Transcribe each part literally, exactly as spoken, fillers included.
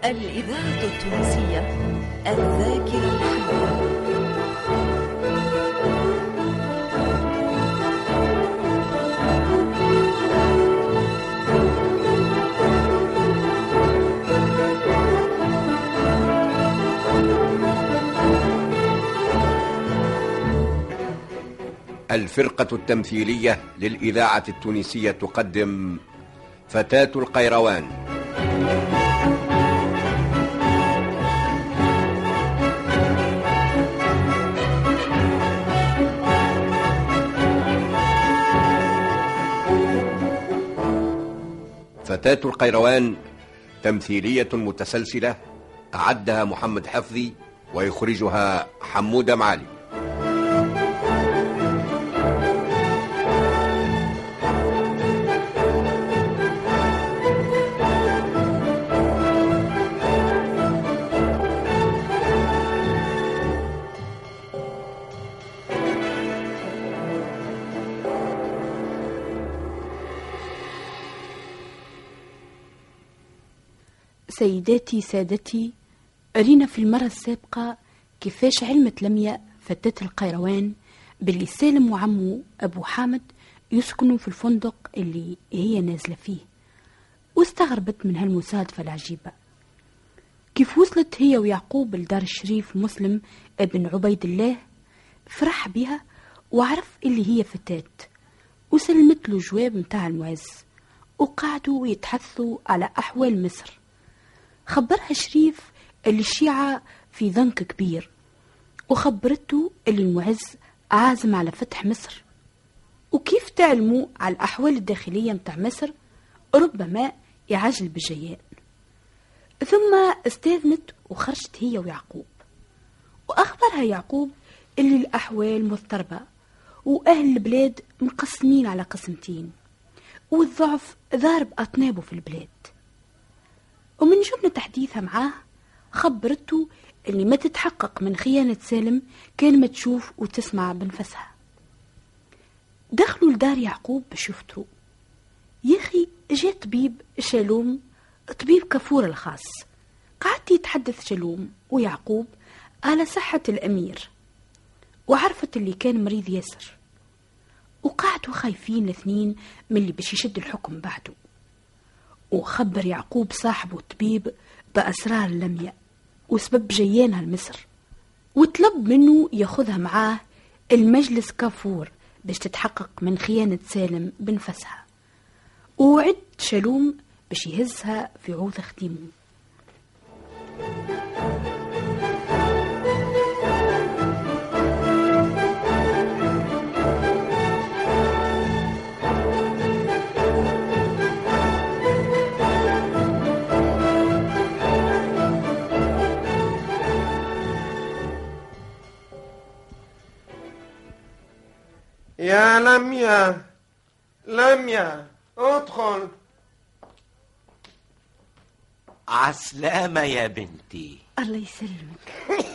الإذاعة التونسية الذاكرة الحية. الفرقة التمثيلية للإذاعة التونسية تقدم فتاة القيروان. فتاة القيروان تمثيلية متسلسلة أعدها محمد حفظي ويخرجها حمودة معالي. سيداتي سادتي، أرينا في المرة السابقة كيفاش علمت لميا فتاة القيروان باللي سالم وعمو أبو حامد يسكنوا في الفندق اللي هي نازلة فيه، واستغربت من هالمصادفة العجيبة. كيف وصلت هي ويعقوب لدار الشريف مسلم ابن عبيد الله، فرح بها وعرف اللي هي فتاة، وسلمت له جواب متاع المعز، وقعدوا يتحثوا على أحوال مصر. خبرها شريف اللي الشيعة في ضنك كبير، وخبرته اللي المعز عازم على فتح مصر، وكيف تعلموا على الأحوال الداخلية متاع مصر ربما يعجل بالجيان. ثم استاذنت وخرجت هي ويعقوب، وأخبرها يعقوب اللي الأحوال مضطربة وأهل البلاد مقسمين على قسمتين، والضعف ضارب أطنابه في البلاد. ومن جملة تحديثها معاه خبرته اللي ما تتحقق من خيانة سالم كان ما تشوف وتسمع بنفسها. دخلوا لدار يعقوب باش يفطروا. ياخي جاء طبيب شالوم، طبيب كفور الخاص. قعدت يتحدث شالوم ويعقوب على صحة الأمير، وعرفت اللي كان مريض ياسر، وقعدوا خايفين الاثنين من اللي باش يشد الحكم بعده. وخبر يعقوب صاحبه الطبيب بأسرار لميا وسبب جيانها لمصر، وطلب منه ياخذها معاه المجلس كافور باش تتحقق من خيانة سالم بنفسها، ووعد شالوم باش يهزها في عوض خديمه. يا لميا لميا ادخل. عسلامة يا بنتي. الله يسلمك.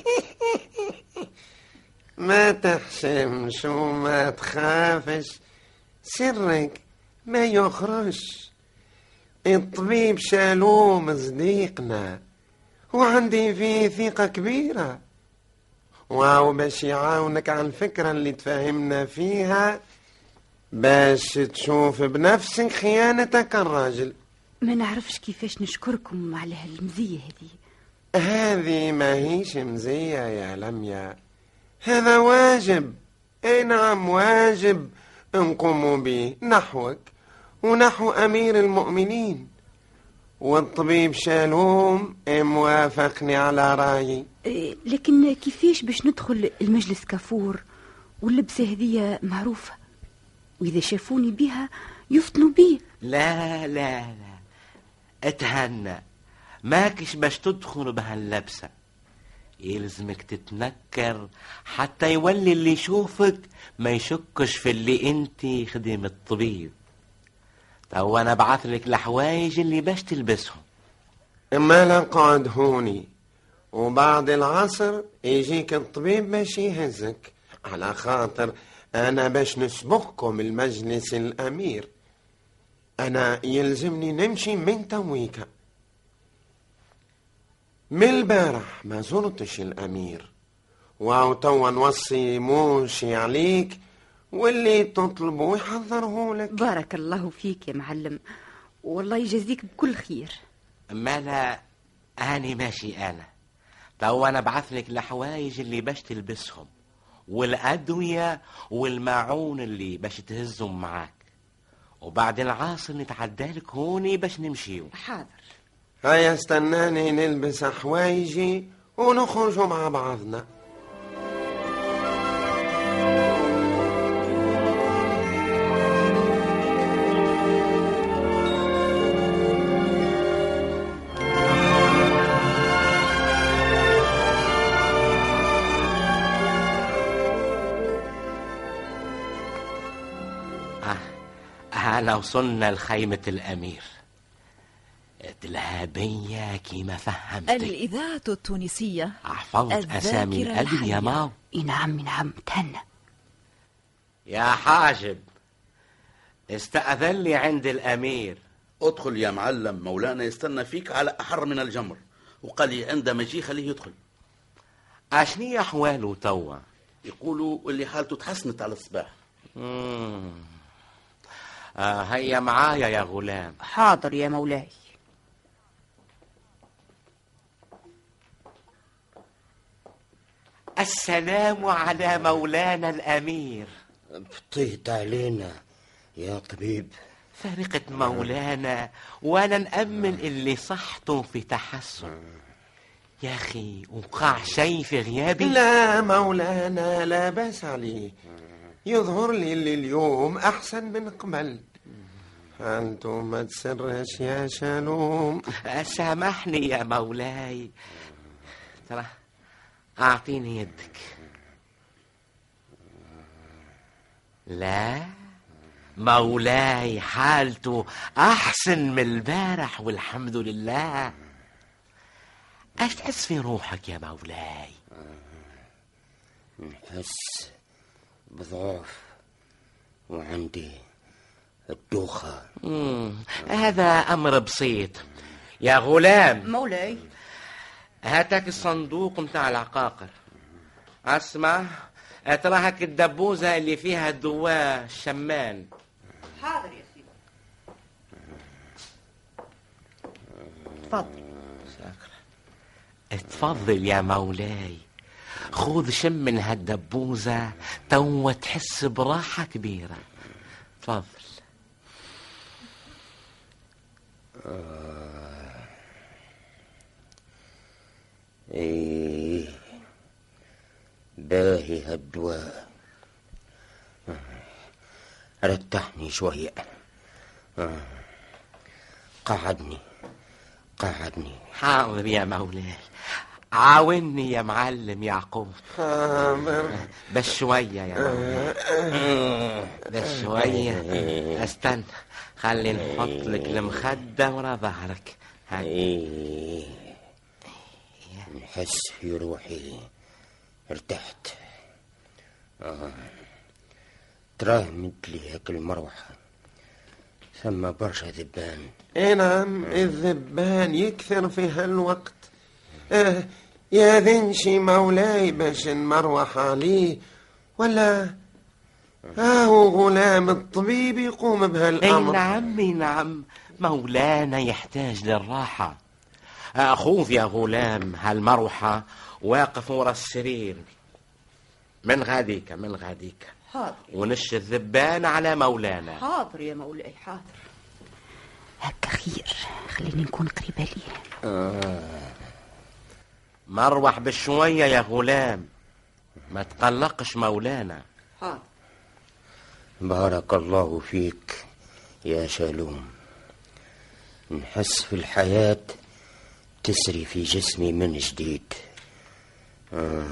ما تحشمش وما تخافش، سرك ما يخرج. الطبيب شالوم صديقنا وعندي فيه ثقة كبيرة، واو باش يعاونك على الفكرة اللي تفاهمنا فيها باش تشوف بنفسك خيانتك الراجل. ما نعرفش كيفاش نشكركم على هالمزية هذه. هذه ما هيش مزية يا لميا، هذا واجب. اي نعم واجب نقوم به نحوك ونحو أمير المؤمنين، والطبيب شالوم موافقني على رأيي. إيه، لكن كيفاش باش ندخل المجلس كافور واللبسة هذه معروفة، وإذا شافوني بها يفتنوا بي؟ لا لا لا اتهنى، ماكش باش تدخل بهاللبسة، يلزمك تتنكر حتى يولي اللي يشوفك ما يشكش في اللي انتي خدم الطبيب. تو انا بعث لك الحوايج اللي باش تلبسهم. اما لا قعد هوني، وبعد العصر يجيك الطبيب باش يهزك، على خاطر انا باش نسبقكم المجلس الامير. انا يلزمني نمشي من تويكا. من البارح ما زرتش الأمير، وعو توا نوصي موشي عليك واللي تطلبه يحضره لك. بارك الله فيك يا معلم، والله يجازيك بكل خير. مالا أنا ماشي أنا تو أنا أبعث لك الحوايج اللي باش تلبسهم والأدوية والماعون اللي باش تهزهم معاك، وبعد العصر نتعدالك هوني باش نمشيو. حاضر. هيا استناني نلبس حوايجي ونخرجوا مع بعضنا. أنا وصلنا لخيمة الأمير. تلهابية كيما فهمتك. الإذاعة التونسية. حفظت أسامي الأدب يا ماو؟ نعم نعم تهنى. يا حاجب استأذن لي عند الأمير. ادخل يا معلم، مولانا يستنى فيك على أحر من الجمر، وقال لي عندما يجي خليه يدخل. أشني أحواله توا؟ يقولوا اللي حالته تحسنت على الصباح. مم. آه هيا معايا يا غلام. حاضر يا مولاي. السلام على مولانا الأمير. بطيت علينا يا طبيب. فرقة مولانا وانا نأمل اللي صحته في تحسن. يا أخي وقع شيء في غيابي؟ لا مولانا لا بأس عليه، يظهر لي اللي اليوم أحسن من قبل. أنتم ما تسرش يا شالوم. سامحني يا مولاي، ترى أعطيني يدك. لا مولاي حالته أحسن من البارح والحمد لله. ايش تحس في روحك يا مولاي؟ نحس بضعف وعندي الدوخة. مم. هذا أمر بسيط يا غلام. مولاي هاتك الصندوق متاع العقاقر. اسمع، اتراهك الدبوزة اللي فيها الدواء الشمان. حاضر يا سيدي. تفضل. اتفضل يا مولاي، خذ شم من هالدبوزة تو تحس براحة كبيرة. تفضل. آه. ايه باهي هالدواء، رتحني شوية. آه. قعدني قعدني. حاضر يا مولاي، عاوني يا معلم يعقوب. حاضر بس شوية يا مولاي، بس شوية. استنى خلي نحط لك المخدة ورا ظهرك. ايه نحس في روحي ارتحت. آه. تراه مثلي هيك المروحة ثم برشا ذبان. اي نعم، الذبان يكثر في هالوقت. آه يا ذنشي مولاي باش نمروح عليه، ولا هاهو غلام الطبيب يقوم بهالامر. اي نعم اي نعم، مولانا يحتاج للراحة. أخوف يا غلام هالمروحة واقف ورا السرير. من غاديك من غاديك. حاضر. ونش الذبان على مولانا. حاضر يا مولاي حاضر. هكا خير، خليني نكون قريبة ليه. آه. مروح بشوية يا غلام، ما تقلقش مولانا. حاضر. بارك الله فيك يا شالوم. نحس في الحياة تسري في جسمي من جديد. آه.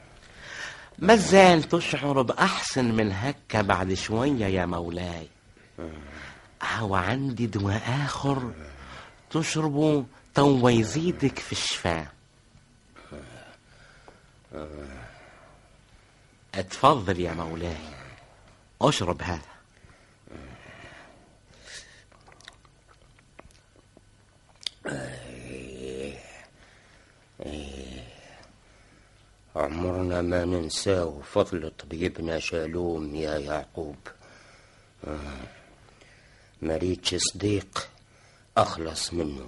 مازال تشعر بأحسن من هكا بعد شوية يا مولاي. هو عندي دواء آخر تشربه تو يزيدك في الشفاء. اتفضل يا مولاي، اشرب هذا. إيه. عمرنا ما ننساه فضل طبيبنا شالوم يا يعقوب. آه. مريتش صديق أخلص منه،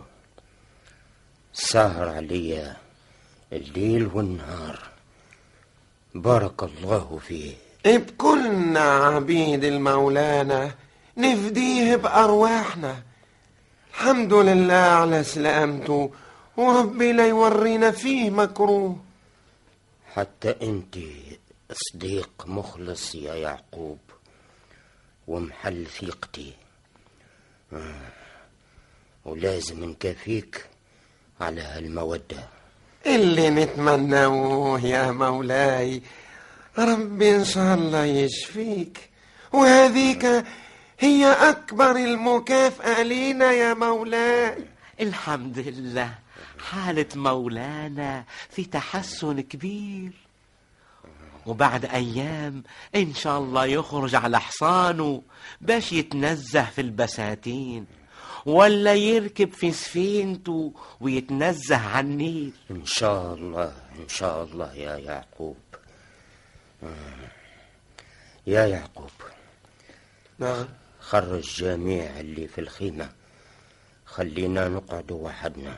سهر عليا الليل والنهار، بارك الله فيه. بكلنا عبيد المولانا نفديه بأرواحنا. الحمد لله على سلامته، وربي لا يورينا فيه مكروه. حتى انت صديق مخلص يا يعقوب ومحل ثقتي. آه. ولازم نكافيك على هالمودة اللي نتمنوه يا مولاي. ربي إن شاء الله يشفيك، وهذيك هي أكبر المكافأة لينا يا مولاي. الحمد لله، حالة مولانا في تحسن كبير، وبعد أيام إن شاء الله يخرج على حصانه باش يتنزه في البساتين، ولا يركب في سفينته ويتنزه عن النيل. إن شاء الله إن شاء الله يا يعقوب. يا يعقوب، نعم. خرج جميع اللي في الخيمة، خلينا نقعد وحدنا.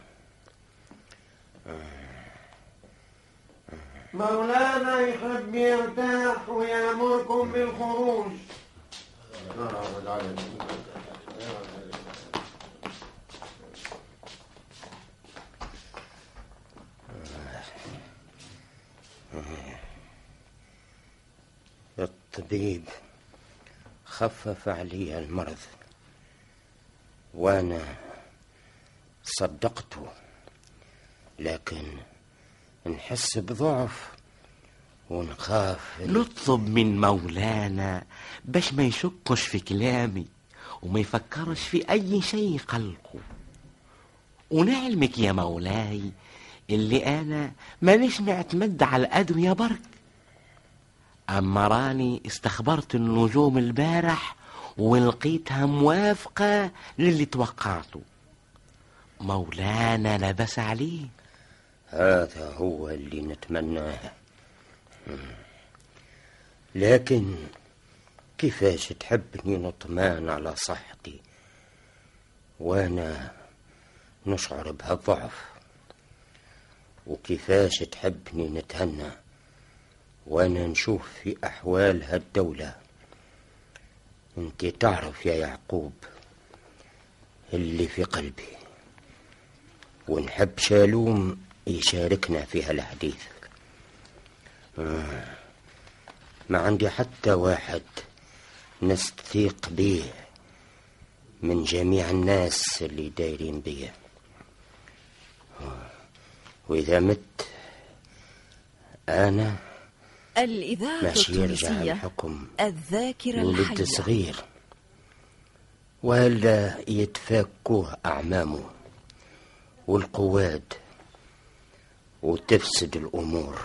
مولانا يحب يرتاح ويأمركم بالخروج. الطبيب خفف علي المرض وأنا صدقته، لكن نحس بضعف ونخاف. نطلب من مولانا باش ما يشكش في كلامي وما يفكرش في أي شيء قلقه. ونعلمك يا مولاي اللي أنا مانيش معتمد على الأدوية برك، أما راني استخبرت النجوم البارح ولقيتها موافقة للي توقعته. مولانا لبس عليه. هذا هو اللي نتمناه، لكن كيفاش تحبني نطمان على صحتي وانا نشعر بهالضعف؟ وكيفاش تحبني نتهنى وانا نشوف في احوال هالدولة؟ انت تعرف يا يعقوب اللي في قلبي، ونحب شالوم يشاركنا في هالحديث. آه. ما عندي حتى واحد نستثيق به من جميع الناس اللي دايرين بيه. آه. وإذا مت أنا الإذاعة ماشي يرجع التونسية الحكم الذاكرة لولد الحية. صغير، ولا يتفكوه أعمامه والقواد وتفسد الأمور.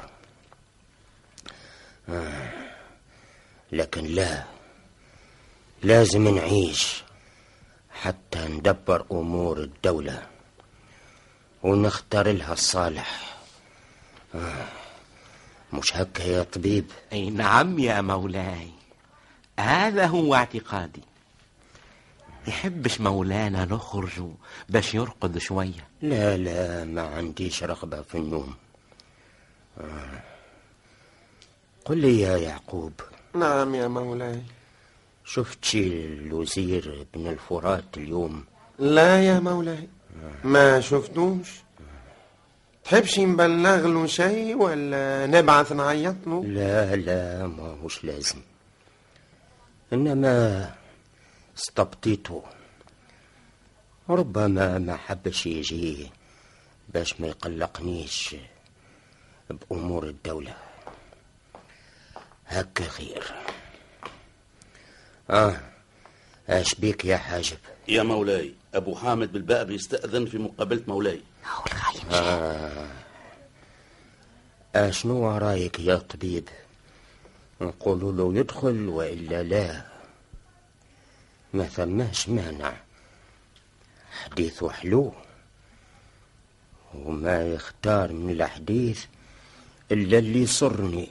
آه. لكن لا، لازم نعيش حتى ندبر أمور الدولة ونختار لها الصالح. آه. مش هكا يا طبيب؟ أي نعم يا مولاي، هذا هو اعتقادي. يحبش مولانا نخرج باش يرقد شوية؟ لا لا، ما عنديش رغبة في النوم. آه. قل لي يا يعقوب. نعم يا مولاي. شفت شي الوزير بن الفرات اليوم؟ لا يا مولاي، ما شفتوش. تحبش نبلغ له شيء ولا نبعث نعيط له؟ لا لا، ما هوش لازم، إنما استبطيته، ربما ما حبش يجي باش ما يقلقنيش بأمور الدولة. هكا خير. آه اش بيك يا حاجب؟ يا مولاي، أبو حامد بالباب يستأذن في مقابلة مولاي. آه. أشنو رايك يا طبيب؟ نقولوا له يدخل وإلا لا؟ ما ثماش مانع، حديثه حلو وما يختار من الحديث إلا اللي يصرني،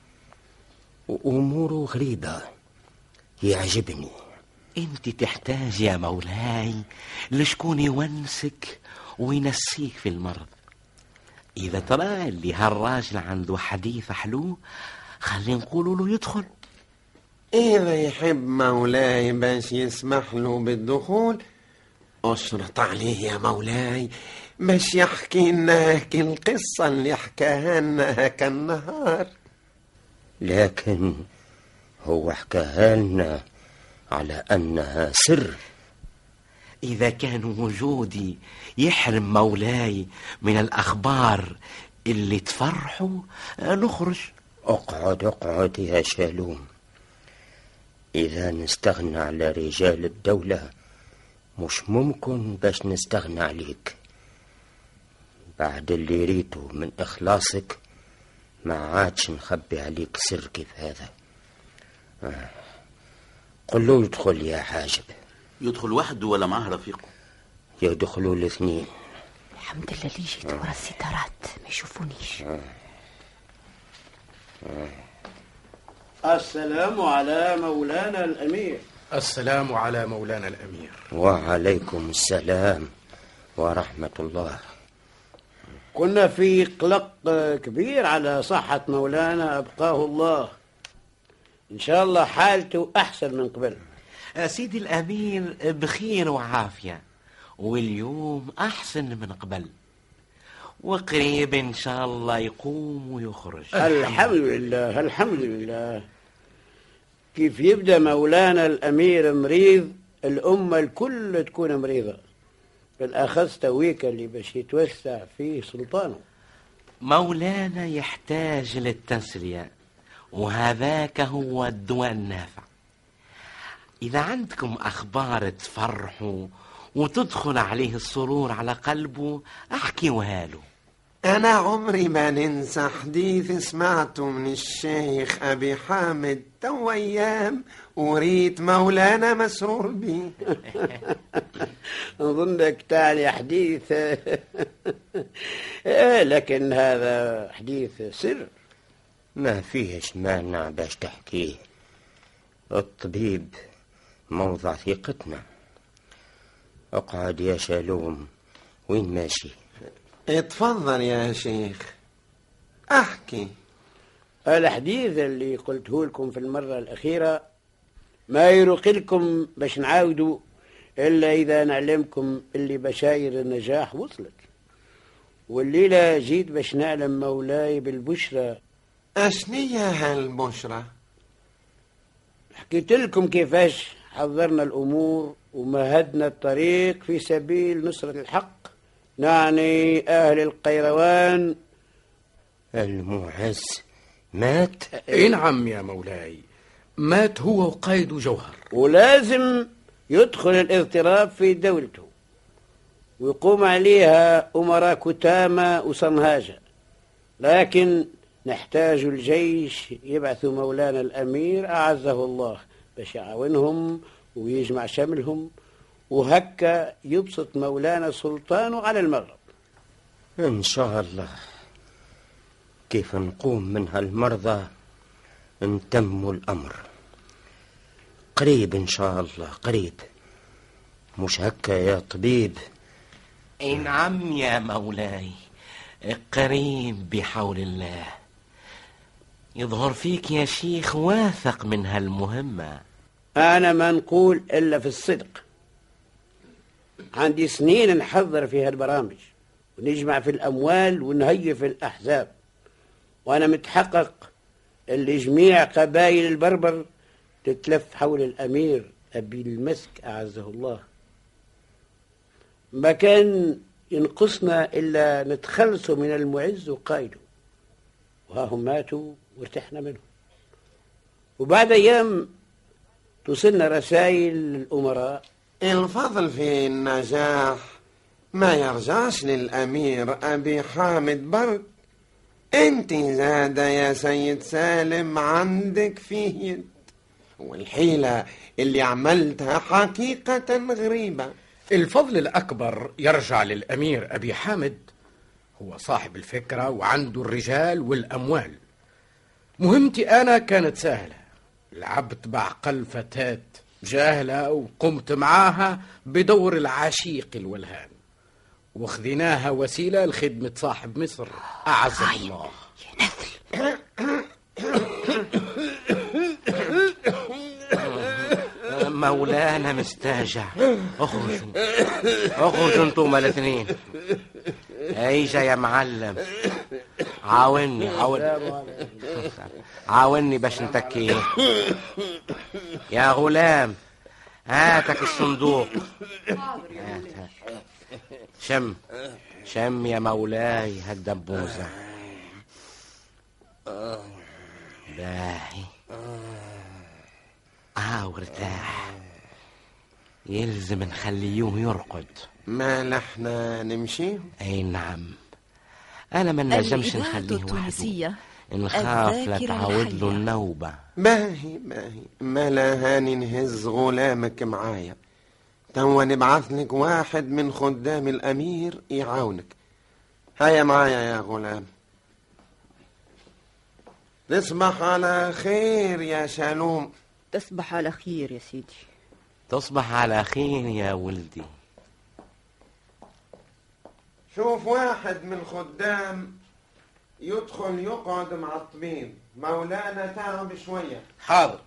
وأموره غريبة يعجبني. انت تحتاج يا مولاي لشكون يونسك وينسيك في المرض. اذا ترى اللي هالراجل عنده حديث حلو خلي نقولوا له يدخل. إذا يحب مولاي باش يسمح له بالدخول أشرط عليه يا مولاي باش يحكي لنا هاك القصة اللي حكاها لنا هاك النهار. لكن هو حكاها لنا على أنها سر. إذا كان وجودي يحرم مولاي من الأخبار اللي تفرحوا نخرج. اقعد اقعد يا شالوم. إذا نستغنى على رجال الدولة مش ممكن باش نستغنى عليك. بعد اللي ريته من إخلاصك ما عادش نخبي عليك سر كيف هذا. آه. قل له يدخل يا حاجب. يدخل وحده ولا معه رفيقه؟ يدخلوا الاثنين. الحمد لله اللي جيت ورا الستارات ما يشوفونيش. آه. آه. السلام على مولانا الأمير. السلام على مولانا الأمير. وعليكم السلام ورحمة الله. كنا في قلق كبير على صحة مولانا أبقاه الله. إن شاء الله حالته أحسن من قبل. سيدي الأمير بخير وعافية، واليوم أحسن من قبل، وقريب إن شاء الله يقوم ويخرج. الحمد لله الحمد لله. كيف يبدأ مولانا الأمير مريض الأمة الكل تكون مريضة، بالأخص تويك اللي باش يتوسع فيه سلطانه. مولانا يحتاج للتسلية، وهذاك هو الدواء النافع. إذا عندكم أخبار تفرحوا وتدخل عليه السرور على قلبه احكيوها له. أنا عمري ما ننسى حديث سمعته من الشيخ أبي حامد تو أيام وريت مولانا مسرور بي. أظنك تعني حديث لكن هذا حديث سر. ما فيهش مانع باش تحكيه. الطبيب موضع ثقتنا. اقعد يا شالوم. وين ماشي؟ اتفضل يا شيخ احكي. الحديث اللي قلته لكم في المرة الأخيرة ما يرق لكم باش نعاودوا إلا إذا نعلمكم اللي بشاير النجاح وصلت. والليلة جيت باش نعلم مولاي بالبشرى. أشنية هالبشرى؟ حكيت لكم كيفاش حضرنا الأمور ومهدنا الطريق في سبيل نصرة الحق، نعني أهل القيروان. المعز مات؟ اي نعم يا مولاي، مات هو وقايد جوهر. ولازم يدخل الاضطراب في دولته ويقوم عليها أمراء كتامة وصنهاجة، لكن نحتاج الجيش يبعث مولانا الأمير أعزه الله باش يعاونهم ويجمع شملهم، وهكا يبسط مولانا سلطانه على المغرب. إن شاء الله. كيف نقوم من هالمرضى نتم الأمر قريب إن شاء الله قريب. مش هكا يا طبيب؟ اي نعم يا مولاي، قريب بحول الله. يظهر فيك يا شيخ واثق من هالمهمة. أنا ما نقول إلا في الصدق. عندي سنين نحضر في هالبرامج ونجمع في الأموال ونهيئ في الأحزاب، وأنا متحقق اللي جميع قبائل البربر تتلف حول الأمير أبي المسك أعزه الله. ما كان ينقصنا إلا نتخلصوا من المعز وقائده، وهاهم ماتوا وارتحنا منهم. وبعد أيام توصلنا رسائل للأمراء. الفضل في النجاح ما يرجعش للأمير أبي حامد برد. انت زاد يا سيد سالم عندك فيه يد، والحيلة اللي عملتها حقيقة غريبة. الفضل الأكبر يرجع للأمير أبي حامد هو صاحب الفكرة وعنده الرجال والأموال. مهمتي أنا كانت سهلة، لعبت بعقل فتاة جاهلة وقمت معاها بدور العشيق الولهان، وخذيناها وسيلة لخدمة صاحب مصر أعز الله. مولانا مستاجع، اخرجوا اخرجوا انتم الاثنين. ايجا يا معلم، عاوني عاوني عاوني باش نتكيه. يا غلام هاتك الصندوق، هاتك. شم شم يا مولاي هالدبوزة. باهي اه وارتاح، يلزم نخليه يرقد. ما لحنا نمشي؟ اي نعم، انا ما نجمش نخليه وحده، نخاف لا تعود له النوبة. باهي باهي، ما لا هاني نهز غلامك معايا، توا نبعث لك واحد من خدام الامير يعاونك. هيا معايا يا غلام. تصبح على خير يا شالوم. تصبح على خير يا سيدي. تصبح على خير يا ولدي. شوف واحد من خدام يدخل يقعد مع الطبيب، مولانا تعب شوية. حاضر.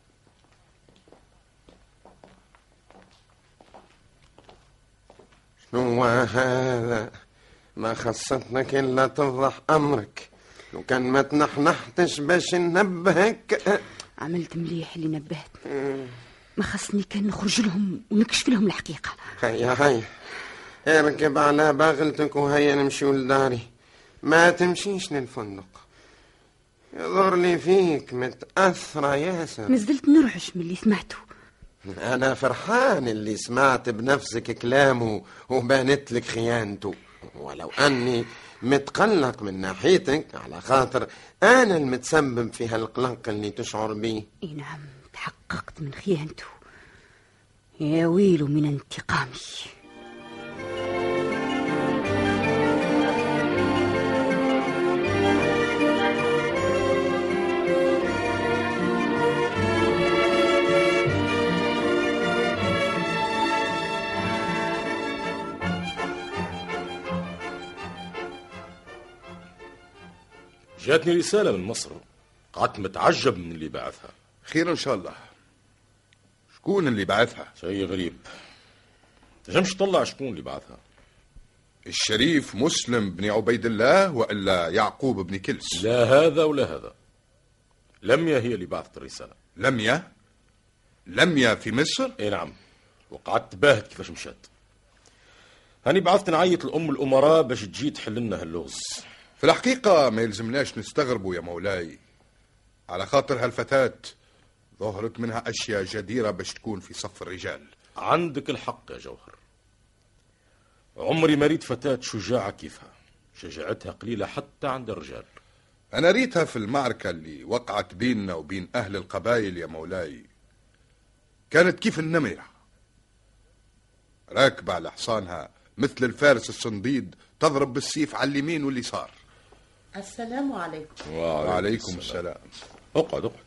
شنو هذا؟ ما خصتك إلا تفضح أمرك، لو كان ما تنحنحتش باش ننبهك. عملت مليح اللي نبهتني، ما خصني كان نخرج لهم ونكشف لهم الحقيقة. هيا هيا اركب على باغلتك وهيا نمشيو لداري، ما تمشيش للفندق. يظهر لي فيك متأثرة ياسر. نزلت نرعش من اللي سمعته. أنا فرحان اللي سمعت بنفسك كلامه وبانت لك خيانته، ولو أني متقلق من ناحيتك على خاطر أنا المتسبب في هالقلق اللي تشعر بيه. إي نعم، تحققت من خيانته، يا ويل من انتقامي. جاتني رسالة من مصر، قعدت متعجب من اللي بعثها. خير إن شاء الله. شكون اللي بعثها؟ شيء غريب، تجمش تطلع شكون اللي بعثها. الشريف مسلم بن عبيد الله وإلا يعقوب بن كلس؟ لا هذا ولا هذا، لميا هي اللي بعثت الرسالة. لميا؟ لميا في مصر؟ اي نعم، وقعدت باهت كيفاش مشات. هاني بعثت نعيط الأم الأمراء باش تجي تحل لنا هاللغز. في الحقيقة ما يلزمناش نستغربوا يا مولاي، على خاطر هالفتاة ظهرت منها أشياء جديرة باش تكون في صف الرجال. عندك الحق يا جوهر، عمري ما ريت فتاة شجاعة كيفها، شجاعتها قليلة حتى عند الرجال. أنا ريتها في المعركة اللي وقعت بيننا وبين أهل القبائل يا مولاي، كانت كيف النمرة راكبة على حصانها مثل الفارس الصنديد، تضرب بالسيف على اليمين واليسار. السلام عليكم. وعليكم, وعليكم السلام. السلام. اقعد اقعد،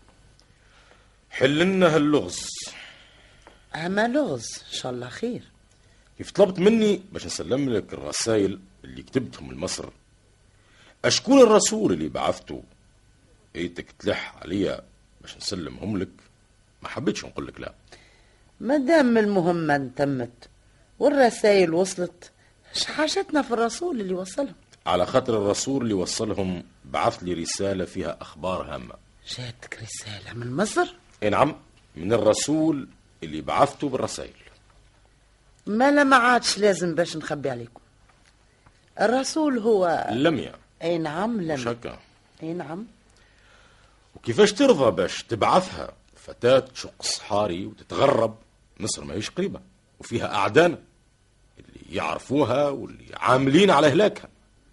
حللنا هاللغز. أما لغز إن شاء الله خير. كيف طلبت مني باش نسلم لك الرسائل اللي كتبتهم لمصر، أشكون الرسول اللي بعثته ايتك تلح عليا باش نسلمهم لك، ما حبيتش نقول لك لا. مادام المهمة تمت والرسائل وصلت، ايش حاجتنا في الرسول اللي وصلهم؟ على خاطر الرسول اللي وصلهم بعث لي رسالة فيها أخبار هامة. جاتك رسالة من مصر؟ اي نعم، من الرسول اللي بعثته بالرسائل. ما لا ما عادش لازم باش نخبي عليكم، الرسول هو لميا. اي نعم لميا. شكا. اي نعم. وكيفاش ترضى باش تبعثها فتاة شق صحاري وتتغرب؟ مصر ما هيش قريبة وفيها أعدانا اللي يعرفوها واللي عاملين على هلاكها.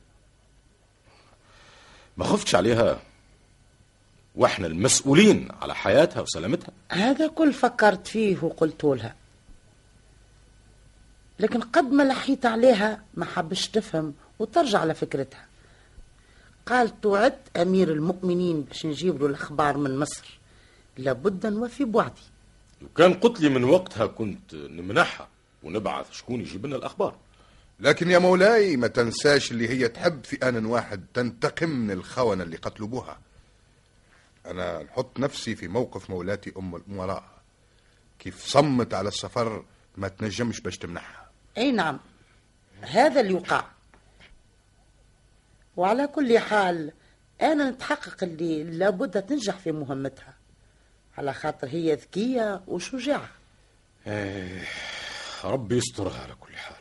ما خفتش عليها واحنا المسؤولين على حياتها وسلامتها؟ هذا كل فكرت فيه وقلت لها، لكن قد ما لحيت عليها ما حبش تفهم وترجع لفكرتها. قال توعدت أمير المؤمنين باش نجيب له الأخبار من مصر، لابد نوفي بوعدي. وكان قلت لي من وقتها كنت نمنحها ونبعث شكون يجيب لنا الأخبار. لكن يا مولاي ما تنساش اللي هي تحب في آن واحد تنتقم من الخونة اللي قتلوا بوها. أنا نحط نفسي في موقف مولاتي أم الأمراء، كيف صمت على السفر ما تنجمش باش تمنحها. أي نعم، هذا اللي يقع. وعلى كل حال أنا نتحقق اللي لابد تنجح في مهمتها، على خاطر هي ذكية وشجاعة. ايه ربي يسترها على كل حال.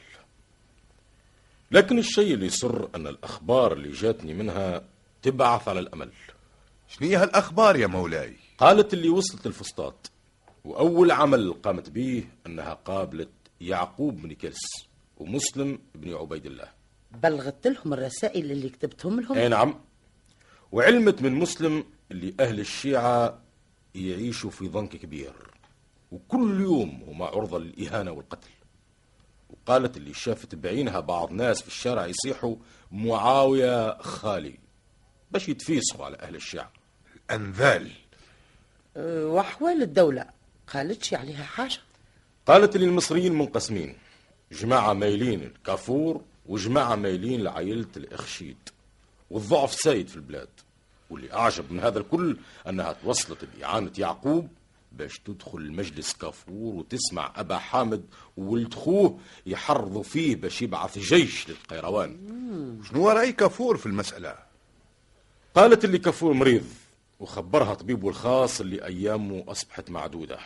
لكن الشيء اللي يسر أن الأخبار اللي جاتني منها تبعث على الأمل. شنيها الأخبار يا مولاي؟ قالت اللي وصلت الفسطاط وأول عمل قامت به أنها قابلت يعقوب بن كلس ومسلم بن عبيد الله. بلغت لهم الرسائل اللي كتبتهم لهم؟ اي نعم. وعلمت من مسلم اللي أهل الشيعة يعيشوا في ضنك كبير وكل يوم هما عرضة للإهانة والقتل. وقالت اللي شافت بعينها بعض ناس في الشارع يصيحوا معاوية خالي باش يتفيصوا على أهل الشيعة. الأنذال. أه وأحوال الدولة قالتش عليها حاجة؟ قالت اللي المصريين منقسمين، جماعة مايلين الكافور وجماعة مايلين لعائلة الإخشيد، والضعف سايد في البلاد. واللي أعجب من هذا الكل أنها توصلت بإعانة يعقوب باش تدخل المجلس كافور وتسمع أبا حامد وولد خوه يحرضوا فيه باش يبعث جيش للقيروان. شنو رأي كافور في المسألة؟ قالت اللي كافور مريض وخبرها طبيبه الخاص اللي أيامه أصبحت معدودة،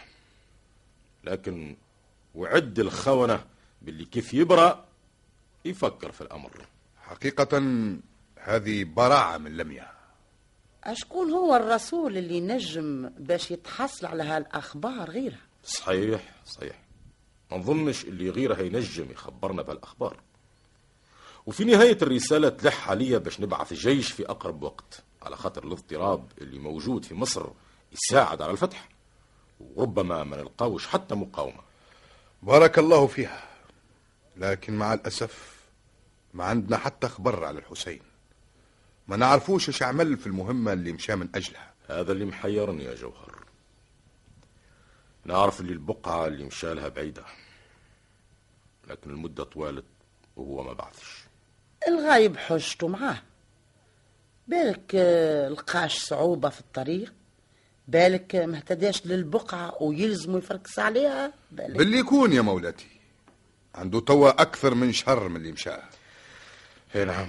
لكن وعد الخونة باللي كيف يبرأ يفكر في الأمر. حقيقة هذه براعة من لميا. أشكون هو الرسول اللي نجم باش يتحصل على هالأخبار غيرها؟ صحيح صحيح، ما نظنش اللي غيرها ينجم يخبرنا بهالأخبار. وفي نهاية الرسالة تلح عليا باش نبعث جيش في أقرب وقت، على خاطر الاضطراب اللي موجود في مصر يساعد على الفتح، وربما ما نلقاوش حتى مقاومة. بارك الله فيها، لكن مع الأسف ما عندنا حتى خبر على الحسين، ما نعرفوش ايش عمل في المهمة اللي مشى من أجلها. هذا اللي محيرني يا جوهر. نعرف اللي البقعة اللي مشى لها بعيدة، لكن المدة طوالت وهو ما بعثش. الغايب حجته معاه، بالك لقاش صعوبة في الطريق، بالك ما اهتداش للبقعة ويلزموا يفركس عليها. بالك باللي يكون يا مولاتي عنده توا أكثر من شهر من اللي مشاه. اي نعم،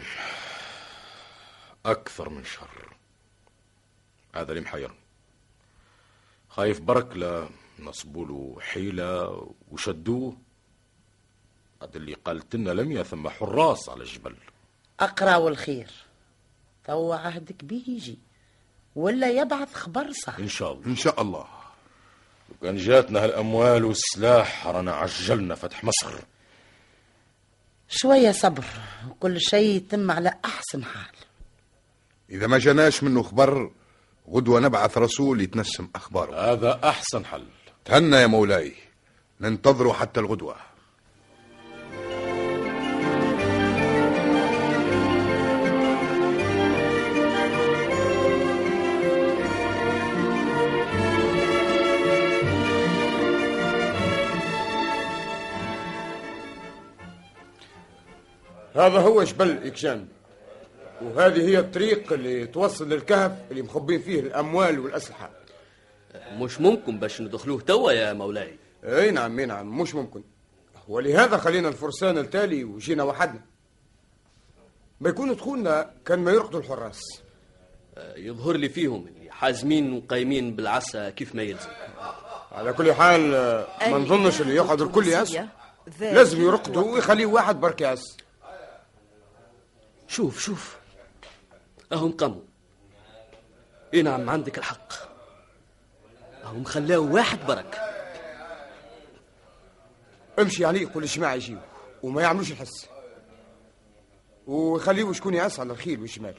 أكثر من شهر. هذا اللي محيرني. خايف برك لا نصبوا له حيلة وشدوه. هذا اللي قالت لنا لميا ثم حراس على الجبل. أقرأ والخير، توا عهدك به يجي ولا يبعث خبر صح. إن شاء الله إن شاء الله. وكان جاتنا هالأموال والسلاح رانا عجلنا فتح مصر. شوية صبر وكل شيء يتم على أحسن حال. إذا ما جناش منه خبر غدوة نبعث رسول يتنسم أخباره. هذا أحسن حل. تهنى يا مولاي، ننتظره حتى الغدوة. هذا هو جبل إكشان، وهذه هي الطريق اللي توصل للكهف اللي مخبين فيه الأموال والأسلحة. مش ممكن باش ندخلوه توا يا مولاي. اي نعم اي نعم مش ممكن، ولهذا خلينا الفرسان التالي وجينا وحدنا. ما يكون دخولنا كان ما يرقدوا الحراس. يظهر لي فيهم اللي حازمين وقايمين بالعسى كيف ما يلزم. على كل حال ما نظنش اللي يقعد الكل ياس، لازم يرقدوا ويخليه واحد برك ياس. شوف شوف اهم قاموا. اي نعم عندك الحق، اهم خلاو واحد برك. امشي عليه قول الجماعة يجيو وما يعملوش الحس، وخليه شكون يأس على الخيل والشمال.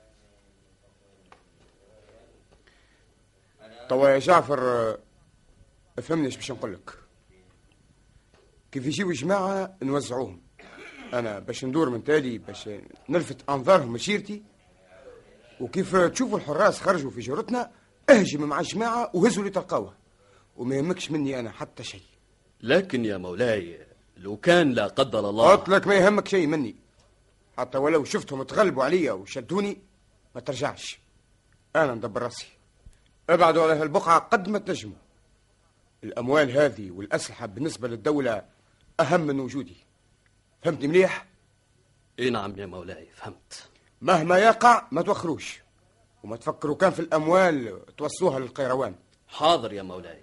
طوا يا جعفر افهمني ايش باش نقول لك. كيف يجيو جماعة نوزعوهم أنا باش ندور من تالي باش نلفت أنظارهم مسيرتي، وكيف تشوفوا الحراس خرجوا في جرتنا اهجم مع الجماعة وهزوا اللي تلقاوه، وما يهمكش مني أنا حتى شيء. لكن يا مولاي لو كان لا قدر الله. قلت لك ما يهمك شيء مني، حتى ولو شفتهم تغلبوا عليا وشدوني ما ترجعش، أنا ندبر راسي. ابعدوا على هالبقعة قد ما تنجموا. الأموال هذه والأسلحة بالنسبة للدولة أهم من وجودي. فهمتني مليح؟ اي نعم يا مولاي فهمت. مهما يقع ما توخروش، وما تفكروا كان في الأموال توصوها للقيروان. حاضر يا مولاي.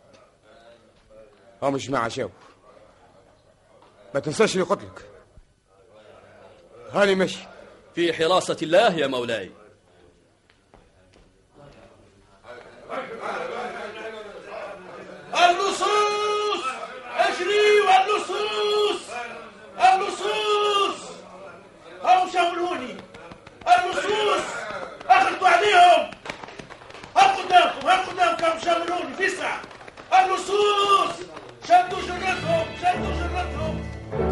هم جماعة جاو، ما تنساش اللي قلت لك. هاني ماشي في حراسة الله يا مولاي. اللصوص اجري، واللصوص اللصوص هم شاولوني، اللصوص اخذوا عليهم. هم قدامكم هم قدامكم شاولوني في ساعة. اللصوص شدوا جرتهم شدوا جرتهم.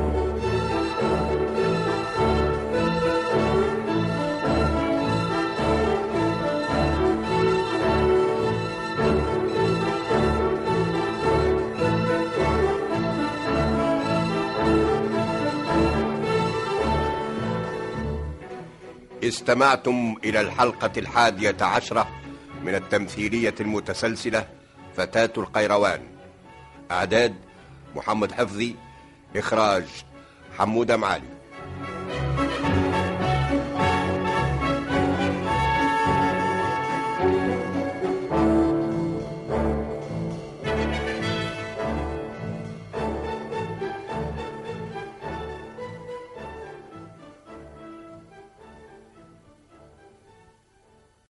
استمعتم إلى الحلقة الحادية عشرة من التمثيلية المتسلسلة فتاة القيروان. إعداد محمد حفظي، إخراج حمودة معالي.